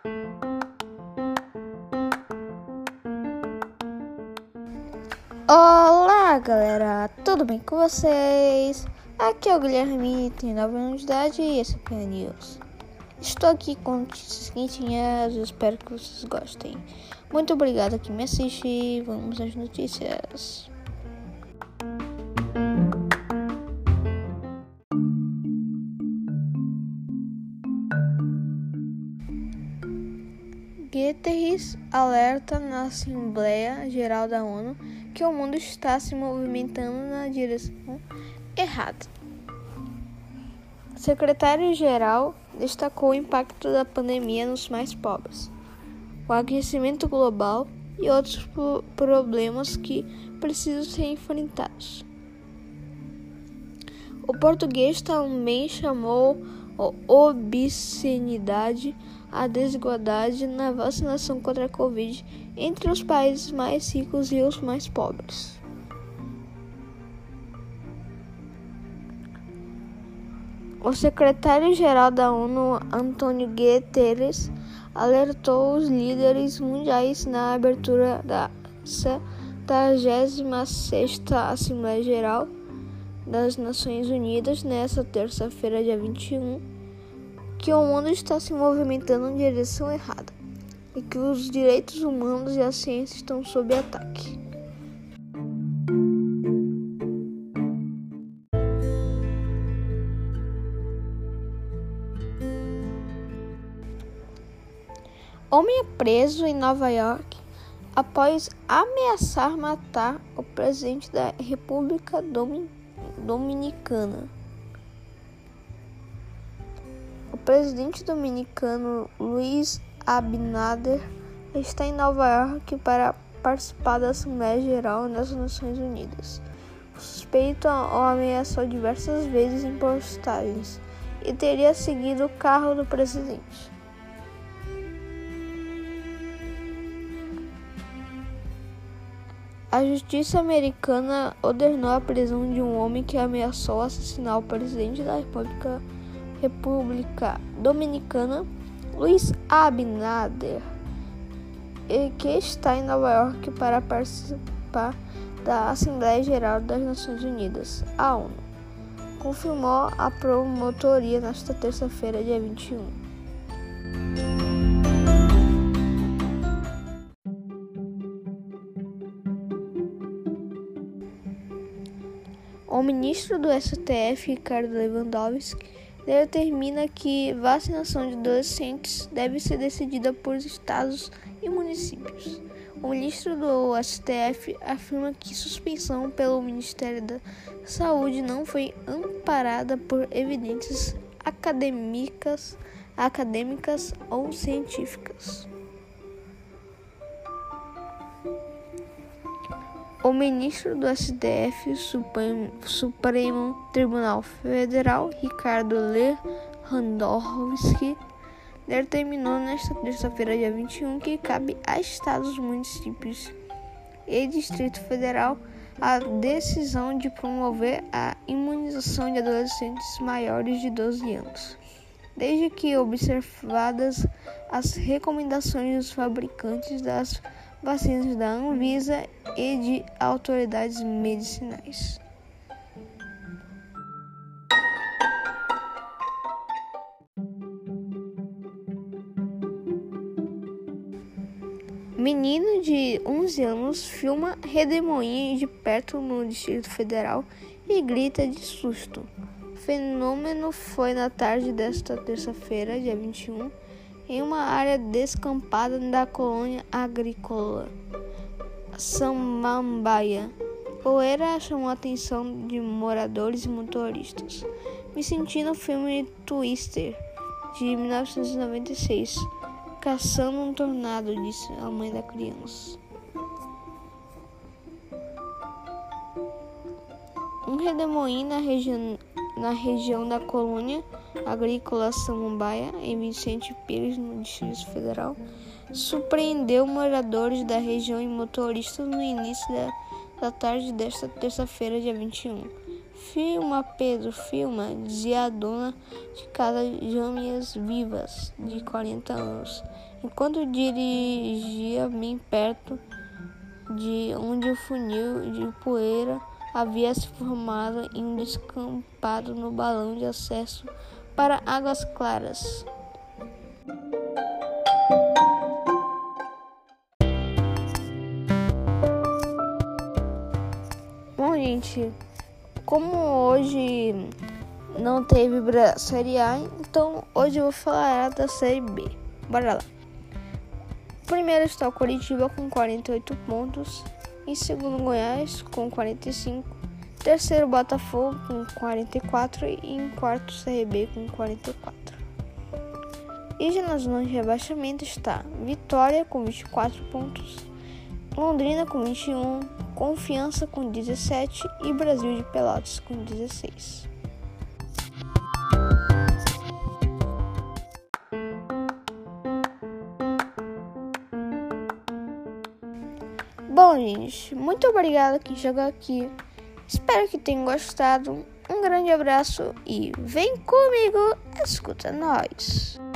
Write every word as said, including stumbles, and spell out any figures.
Olá galera, tudo bem com vocês? Aqui é o Guilherme, tenho nove anos de idade e esse é o P A News. Estou aqui com notícias quentinhas, eu espero que vocês gostem. Muito obrigado a quem me assiste, vamos às notícias. Guterres alerta na Assembleia Geral da ONU que o mundo está se movimentando na direção errada. O secretário-geral destacou o impacto da pandemia nos mais pobres, o aquecimento global e outros problemas que precisam ser enfrentados. O português também chamou a obscenidade a desigualdade na vacinação contra a Covid entre os países mais ricos e os mais pobres. O secretário-geral da ONU, Antônio Guterres, alertou os líderes mundiais na abertura da setagésima sexta Assembleia Geral das Nações Unidas, nesta terça-feira, dia vinte e um, que o mundo está se movimentando em direção errada e que os direitos humanos e a ciência estão sob ataque. Homem é preso em Nova York após ameaçar matar o presidente da República Dominicana. O presidente dominicano Luiz Abinader está em Nova York para participar da Assembleia Geral das Nações Unidas. O suspeito o ameaçou diversas vezes em postagens e teria seguido o carro do presidente. A justiça americana ordenou a prisão de um homem que ameaçou assassinar o presidente da República República Dominicana, Luiz Abinader, que está em Nova York para participar da Assembleia Geral das Nações Unidas, a ONU, confirmou a promotoria nesta terça-feira, dia vinte e um. O ministro do S T F, Ricardo Lewandowski, determina que vacinação de adolescentes deve ser decidida por estados e municípios. O ministro do S T F afirma que suspensão pelo Ministério da Saúde não foi amparada por evidências acadêmicas, acadêmicas ou científicas. O ministro do S T F, Supremo, Supremo Tribunal Federal, Ricardo Lewandowski, determinou nesta terça-feira, dia vinte e um, que cabe a estados, municípios e Distrito Federal a decisão de promover a imunização de adolescentes maiores de doze anos, desde que observadas as recomendações dos fabricantes das vacinas da Anvisa e de autoridades medicinais. Menino de onze anos filma redemoinho de perto no Distrito Federal e grita de susto. O fenômeno foi na tarde desta terça-feira, dia vinte e um, em uma área descampada da colônia agrícola Samambaia. Poeira chamou a atenção de moradores e motoristas. Me senti no filme Twister, de mil novecentos e noventa e seis, caçando um tornado, disse a mãe da criança. Um redemoinho na região, na região da colônia agrícola Samambaia, em Vicente Pires, no Distrito Federal, surpreendeu moradores da região e motoristas no início da, da tarde desta terça-feira, dia vinte e um. Filma, Pedro, filma, dizia a dona de casa Jâmias Vivas, de quarenta anos, enquanto dirigia bem perto de onde o funil de poeira havia se formado em um descampado no balão de acesso para Águas Claras. Bom, gente, como hoje não teve Série A, então hoje eu vou falar da Série B. Bora lá. Primeiro está o Coritiba com quarenta e oito pontos. Em segundo, Goiás com quarenta e cinco. Terceiro, Botafogo com quarenta e quatro. E em quarto, C R B com quarenta e quatro. E já na zona de rebaixamento está Vitória com vinte e quatro pontos. Londrina com vinte e um. Confiança com dezessete. E Brasil de Pelotas com dezesseis. Bom, gente, muito obrigada quem chegou aqui. Espero que tenham gostado. Um grande abraço e vem comigo, escuta nós.